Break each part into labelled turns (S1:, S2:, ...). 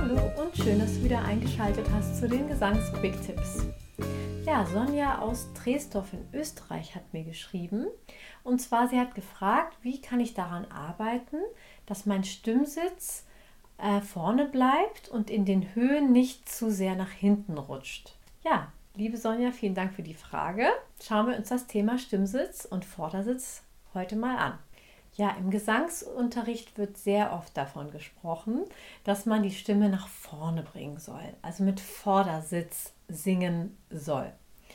S1: Hallo und schön, dass du wieder eingeschaltet hast zu den Gesangs-Quick-Tipps. Ja, Sonja aus Tresdorf in Österreich hat mir geschrieben. Und zwar, sie hat gefragt, wie kann ich daran arbeiten, dass mein Stimmsitz vorne bleibt und in den Höhen nicht zu sehr nach hinten rutscht. Ja, liebe Sonja, vielen Dank für die Frage. Schauen wir uns das Thema Stimmsitz und Vordersitz heute mal an. Ja, im Gesangsunterricht wird sehr oft davon gesprochen, dass man die Stimme nach vorne bringen soll, also mit Vordersitz singen soll.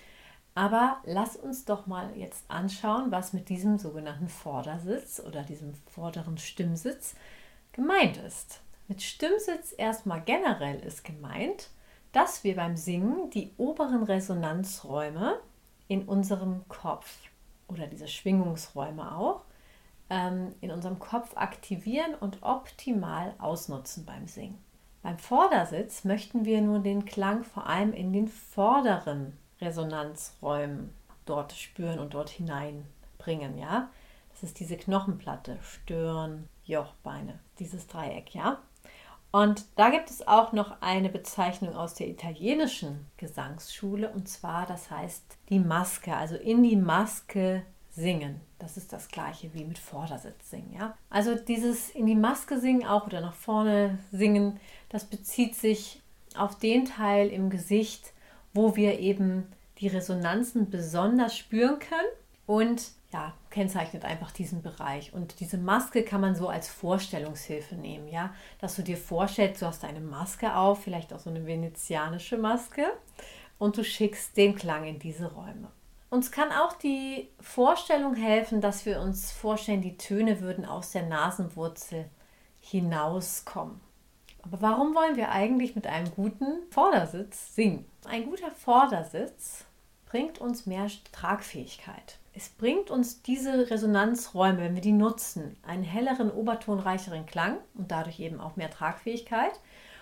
S1: Aber lass uns doch mal jetzt anschauen, was mit diesem sogenannten Vordersitz oder diesem vorderen Stimmsitz gemeint ist. Mit Stimmsitz erstmal generell ist gemeint, dass wir beim Singen die oberen Resonanzräume in unserem Kopf oder diese Schwingungsräume auch in unserem Kopf aktivieren und optimal ausnutzen beim Singen. Beim Vordersitz möchten wir nur den Klang vor allem in den vorderen Resonanzräumen dort spüren und dort hineinbringen, ja. Das ist diese Knochenplatte, Stirn, Jochbeine, dieses Dreieck, ja. Und da gibt es auch noch eine Bezeichnung aus der italienischen Gesangsschule, und zwar, das heißt die Maske, also in die Maske singen. Das ist das gleiche wie mit Vordersitz singen, ja. Also dieses in die Maske singen auch oder nach vorne singen, das bezieht sich auf den Teil im Gesicht, wo wir eben die Resonanzen besonders spüren können und ja, kennzeichnet einfach diesen Bereich. Und diese Maske kann man so als Vorstellungshilfe nehmen, ja, dass du dir vorstellst, du hast eine Maske auf, vielleicht auch so eine venezianische Maske, und du schickst den Klang in diese Räume. Uns kann auch die Vorstellung helfen, dass wir uns vorstellen, die Töne würden aus der Nasenwurzel hinauskommen. Aber warum wollen wir eigentlich mit einem guten Vordersitz singen? Ein guter Vordersitz bringt uns mehr Tragfähigkeit. Es bringt uns diese Resonanzräume, wenn wir die nutzen, einen helleren, obertonreicheren Klang und dadurch eben auch mehr Tragfähigkeit.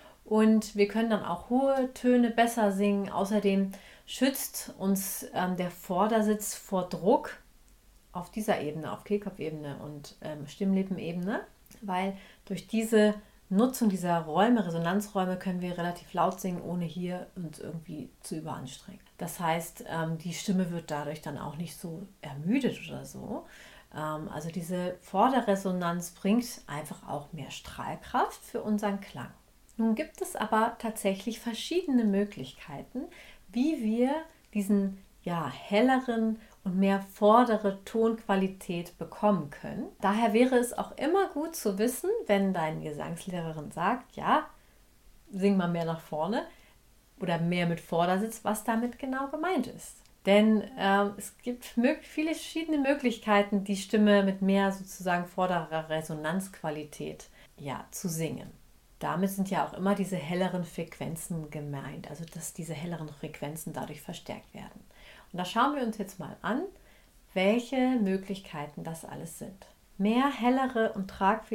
S1: Und wir können dann auch hohe Töne besser singen. Außerdem schützt uns der Vordersitz vor Druck auf dieser Ebene, auf Kehlkopfebene und Stimmlippenebene, weil durch diese Nutzung dieser Räume, Resonanzräume, können wir relativ laut singen, ohne hier uns irgendwie zu überanstrengen. Das heißt, die Stimme wird dadurch dann auch nicht so ermüdet oder so. Also diese Vorderresonanz bringt einfach auch mehr Strahlkraft für unseren Klang. Nun gibt es aber tatsächlich verschiedene Möglichkeiten, wie wir diesen helleren und mehr vordere Tonqualität bekommen können. Daher wäre es auch immer gut zu wissen, wenn deine Gesangslehrerin sagt, ja, sing mal mehr nach vorne oder mehr mit Vordersitz, was damit genau gemeint ist. Denn es gibt viele verschiedene Möglichkeiten, die Stimme mit mehr sozusagen vorderer Resonanzqualität zu singen. Damit sind ja auch immer diese helleren Frequenzen gemeint, also dass diese helleren Frequenzen dadurch verstärkt werden. Und da schauen wir uns jetzt mal an, welche Möglichkeiten das alles sind. Mehr hellere und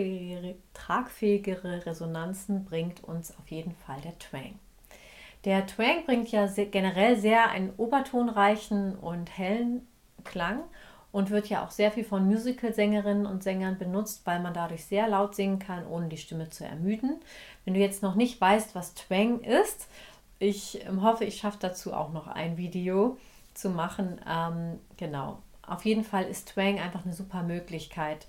S1: tragfähigere Resonanzen bringt uns auf jeden Fall der Twang. Der Twang bringt ja generell sehr einen obertonreichen und hellen Klang und wird ja auch sehr viel von Musical-Sängerinnen und Sängern benutzt, weil man dadurch sehr laut singen kann, ohne die Stimme zu ermüden. Wenn du jetzt noch nicht weißt, was Twang ist, ich hoffe, ich schaffe dazu auch noch ein Video zu machen. Genau. Auf jeden Fall ist Twang einfach eine super Möglichkeit,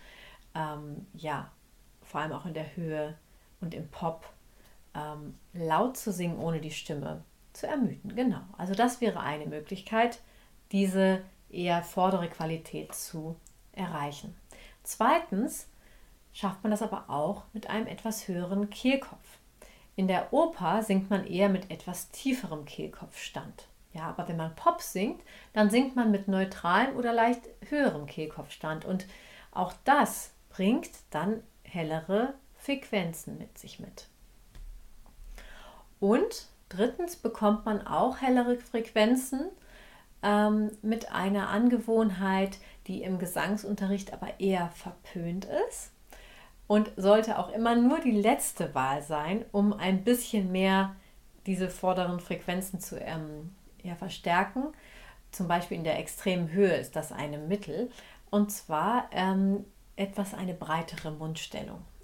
S1: vor allem auch in der Höhe und im Pop, laut zu singen, ohne die Stimme zu ermüden. Genau. Also das wäre eine Möglichkeit, diese eher vordere Qualität zu erreichen. Zweitens schafft man das aber auch mit einem etwas höheren Kehlkopf. In der Oper singt man eher mit etwas tieferem Kehlkopfstand. Ja, aber wenn man Pop singt, dann singt man mit neutralem oder leicht höherem Kehlkopfstand. Und auch das bringt dann hellere Frequenzen mit sich mit. Und drittens bekommt man auch hellere Frequenzen mit einer Angewohnheit, die im Gesangsunterricht aber eher verpönt ist und sollte auch immer nur die letzte Wahl sein, um ein bisschen mehr diese vorderen Frequenzen zu verstärken. Zum Beispiel in der extremen Höhe ist das eine Mittel, und zwar eine breitere Mundstellung.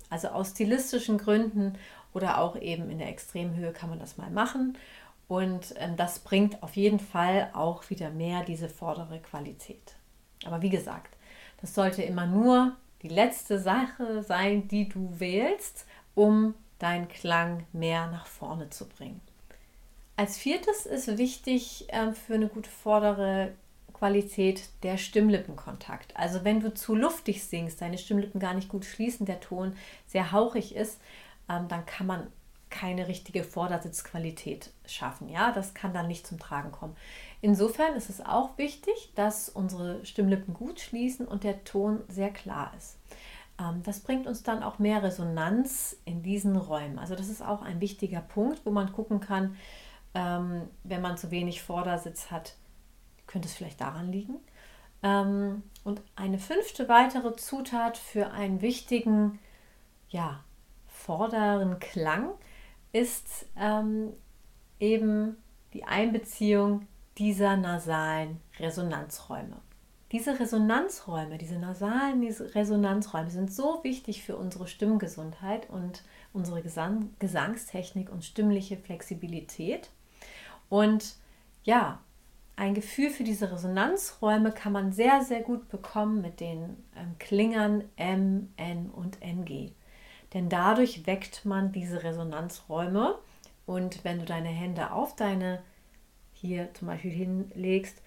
S1: Also aus stilistischen Gründen oder auch eben in der Extremhöhe kann man das mal machen. Und das bringt auf jeden Fall auch wieder mehr diese vordere Qualität. Aber wie gesagt, das sollte immer nur die letzte Sache sein, die du wählst, um deinen Klang mehr nach vorne zu bringen. Als viertes ist wichtig für eine gute vordere Qualität der Stimmlippenkontakt. Also wenn du zu luftig singst, deine Stimmlippen gar nicht gut schließen, der Ton sehr hauchig ist, dann kann man keine richtige Vordersitzqualität schaffen. Ja, das kann dann nicht zum Tragen kommen. Insofern ist es auch wichtig, dass unsere Stimmlippen gut schließen und der Ton sehr klar ist. Das bringt uns dann auch mehr Resonanz in diesen Räumen. Also das ist auch ein wichtiger Punkt, wo man gucken kann, wenn man zu wenig Vordersitz hat, könnte es vielleicht daran liegen. Und eine 5. weitere Zutat für einen wichtigen, vorderen Klang ist eben die Einbeziehung dieser nasalen Resonanzräume. Diese Resonanzräume, diese nasalen Resonanzräume sind so wichtig für unsere Stimmgesundheit und unsere Gesangstechnik und stimmliche Flexibilität. Und ein Gefühl für diese Resonanzräume kann man sehr, sehr gut bekommen mit den Klingern M, N und NG. Denn dadurch weckt man diese Resonanzräume. Und wenn du deine Hände auf deine, hier zum Beispiel hinlegst,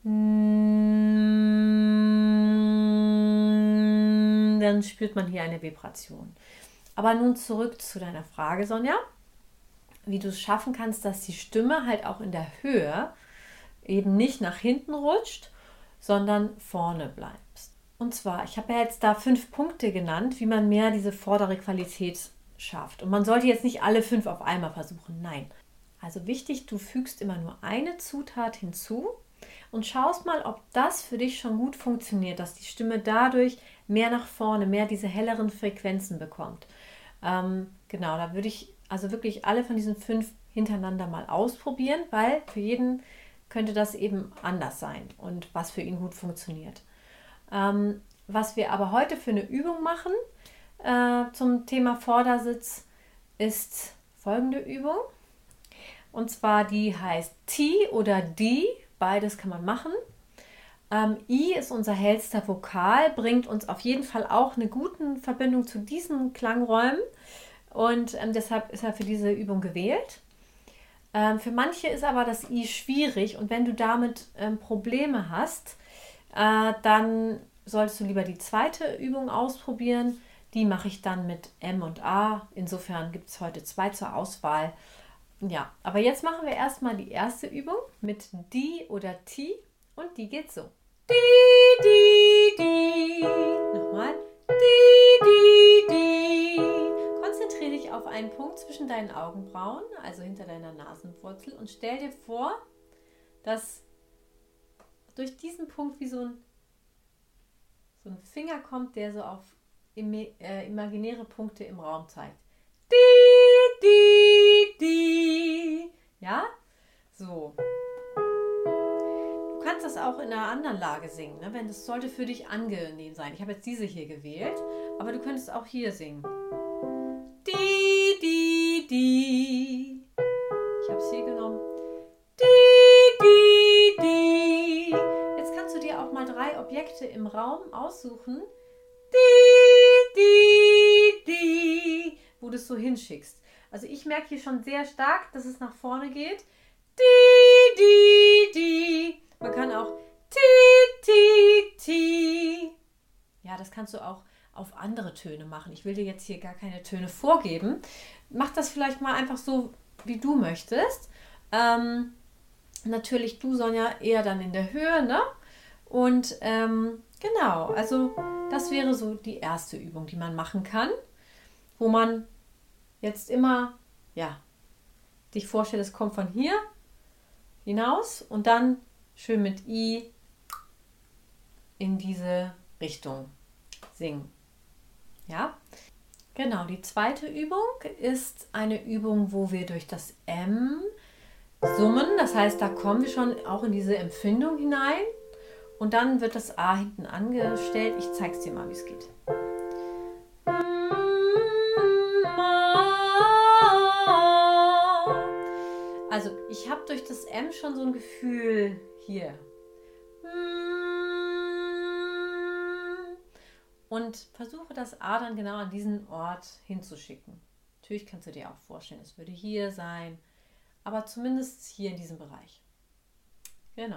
S1: dann spürt man hier eine Vibration. Aber nun zurück zu deiner Frage, Sonja, wie du es schaffen kannst, dass die Stimme halt auch in der Höhe eben nicht nach hinten rutscht, sondern vorne bleibst. Und zwar, ich habe ja jetzt da 5 Punkte genannt, wie man mehr diese vordere Qualität schafft. Und man sollte jetzt nicht alle 5 auf einmal versuchen, nein. Also wichtig, du fügst immer nur eine Zutat hinzu und schaust mal, ob das für dich schon gut funktioniert, dass die Stimme dadurch mehr nach vorne, mehr diese helleren Frequenzen bekommt. Genau, da würde ich also wirklich alle von diesen 5 hintereinander mal ausprobieren, weil für jeden könnte das eben anders sein und was für ihn gut funktioniert. Was wir aber heute für eine Übung machen zum Thema Vordersitz ist folgende Übung. Und zwar die heißt T oder D, beides kann man machen. I ist unser hellster Vokal, bringt uns auf jeden Fall auch eine gute Verbindung zu diesen Klangräumen und deshalb ist er für diese Übung gewählt. Für manche ist aber das I schwierig und wenn du damit Probleme hast, dann solltest du lieber die zweite Übung ausprobieren. Die mache ich dann mit M und A. Insofern gibt es heute 2 zur Auswahl. Ja, aber jetzt machen wir erstmal die erste Übung mit D oder T und die geht so. D, D, D. Nochmal. D, D, D. Konzentriere dich auf einen Punkt zwischen deinen Augenbrauen, also hinter deiner Nasenwurzel und stell dir vor, dass durch diesen Punkt wie so ein Finger kommt, der so auf imaginäre Punkte im Raum zeigt. Di, di, di. Ja? So. Du kannst das auch in einer anderen Lage singen, ne? Das sollte für dich angenehm sein. Ich habe jetzt diese hier gewählt, aber du könntest auch hier singen. Di, di, di. Ich habe es hier genommen. Di, di, di. Jetzt kannst du dir auch mal 3 Objekte im Raum aussuchen. Di, di, di. Wo du es so hinschickst. Also ich merke hier schon sehr stark, dass es nach vorne geht. Di, di, di. Man kann auch ti, ti, ti. Ja, das kannst du auch auf andere Töne machen. Ich will dir jetzt hier gar keine Töne vorgeben. Mach das vielleicht mal einfach so, wie du möchtest. Natürlich du, Sonja, eher dann in der Höhe, ne? Und genau, also das wäre so die erste Übung, die man machen kann, wo man jetzt immer, dich vorstellt, es kommt von hier hinaus und dann schön mit I in diese Richtung singen. Ja, genau. Die zweite Übung ist eine Übung, wo wir durch das M summen. Das heißt, da kommen wir schon auch in diese Empfindung hinein und dann wird das A hinten angestellt. Ich zeige es dir mal, wie es geht. nimm schon so ein Gefühl hier. Und versuche das A dann genau an diesen Ort hinzuschicken. Natürlich kannst du dir auch vorstellen, es würde hier sein, aber zumindest hier in diesem Bereich. Genau.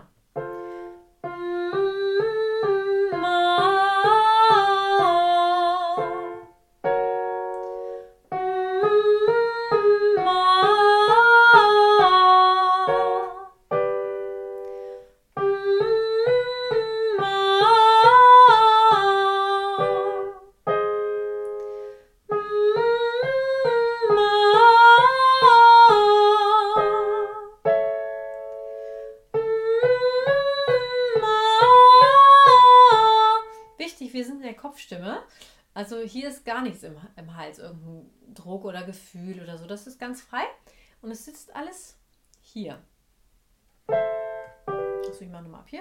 S1: Wir sind in der Kopfstimme, also hier ist gar nichts im Hals, irgendein Druck oder Gefühl oder so, das ist ganz frei und es sitzt alles hier. Achso, ich mache nochmal ab hier.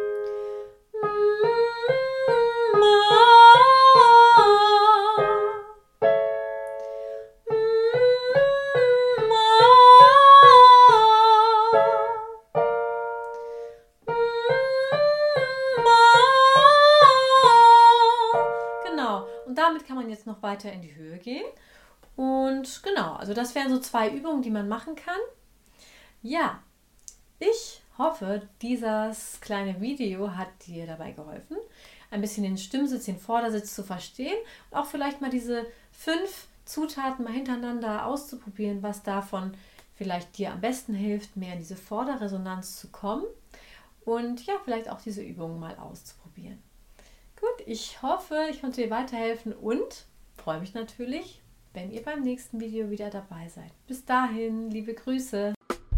S1: Damit kann man jetzt noch weiter in die Höhe gehen. Und genau, also das wären so 2 Übungen, die man machen kann. Ja, ich hoffe, dieses kleine Video hat dir dabei geholfen, ein bisschen den Stimmsitz, den Vordersitz zu verstehen und auch vielleicht mal diese 5 Zutaten mal hintereinander auszuprobieren, was davon vielleicht dir am besten hilft, mehr in diese Vorderresonanz zu kommen und ja, vielleicht auch diese Übungen mal auszuprobieren. Gut, ich hoffe, ich konnte dir weiterhelfen und freue mich natürlich, wenn ihr beim nächsten Video wieder dabei seid. Bis dahin, liebe Grüße.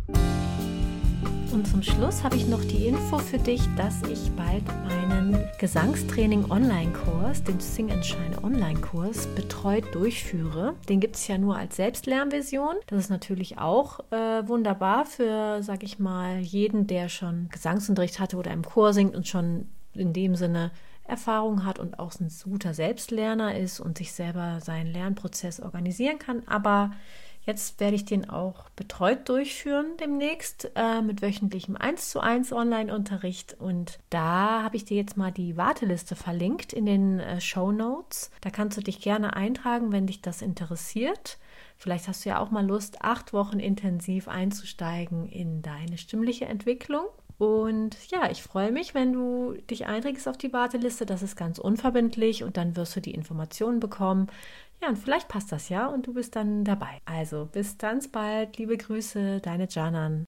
S1: Und zum Schluss habe ich noch die Info für dich, dass ich bald meinen Gesangstraining-Online-Kurs, den Sing and Shine Online-Kurs, betreut durchführe. Den gibt es ja nur als Selbstlernversion. Das ist natürlich auch wunderbar für, sag ich mal, jeden, der schon Gesangsunterricht hatte oder im Chor singt und schon in dem Sinne Erfahrung hat und auch ein guter Selbstlerner ist und sich selber seinen Lernprozess organisieren kann. Aber jetzt werde ich den auch betreut durchführen demnächst mit wöchentlichem 1:1 Online-Unterricht. Und da habe ich dir jetzt mal die Warteliste verlinkt in den Shownotes. Da kannst du dich gerne eintragen, wenn dich das interessiert. Vielleicht hast du ja auch mal Lust, 8 Wochen intensiv einzusteigen in deine stimmliche Entwicklung. Und ja, ich freue mich, wenn du dich einträgst auf die Warteliste. Das ist ganz unverbindlich und dann wirst du die Informationen bekommen. Ja, und vielleicht passt das ja und du bist dann dabei. Also bis ganz bald. Liebe Grüße, deine Canan.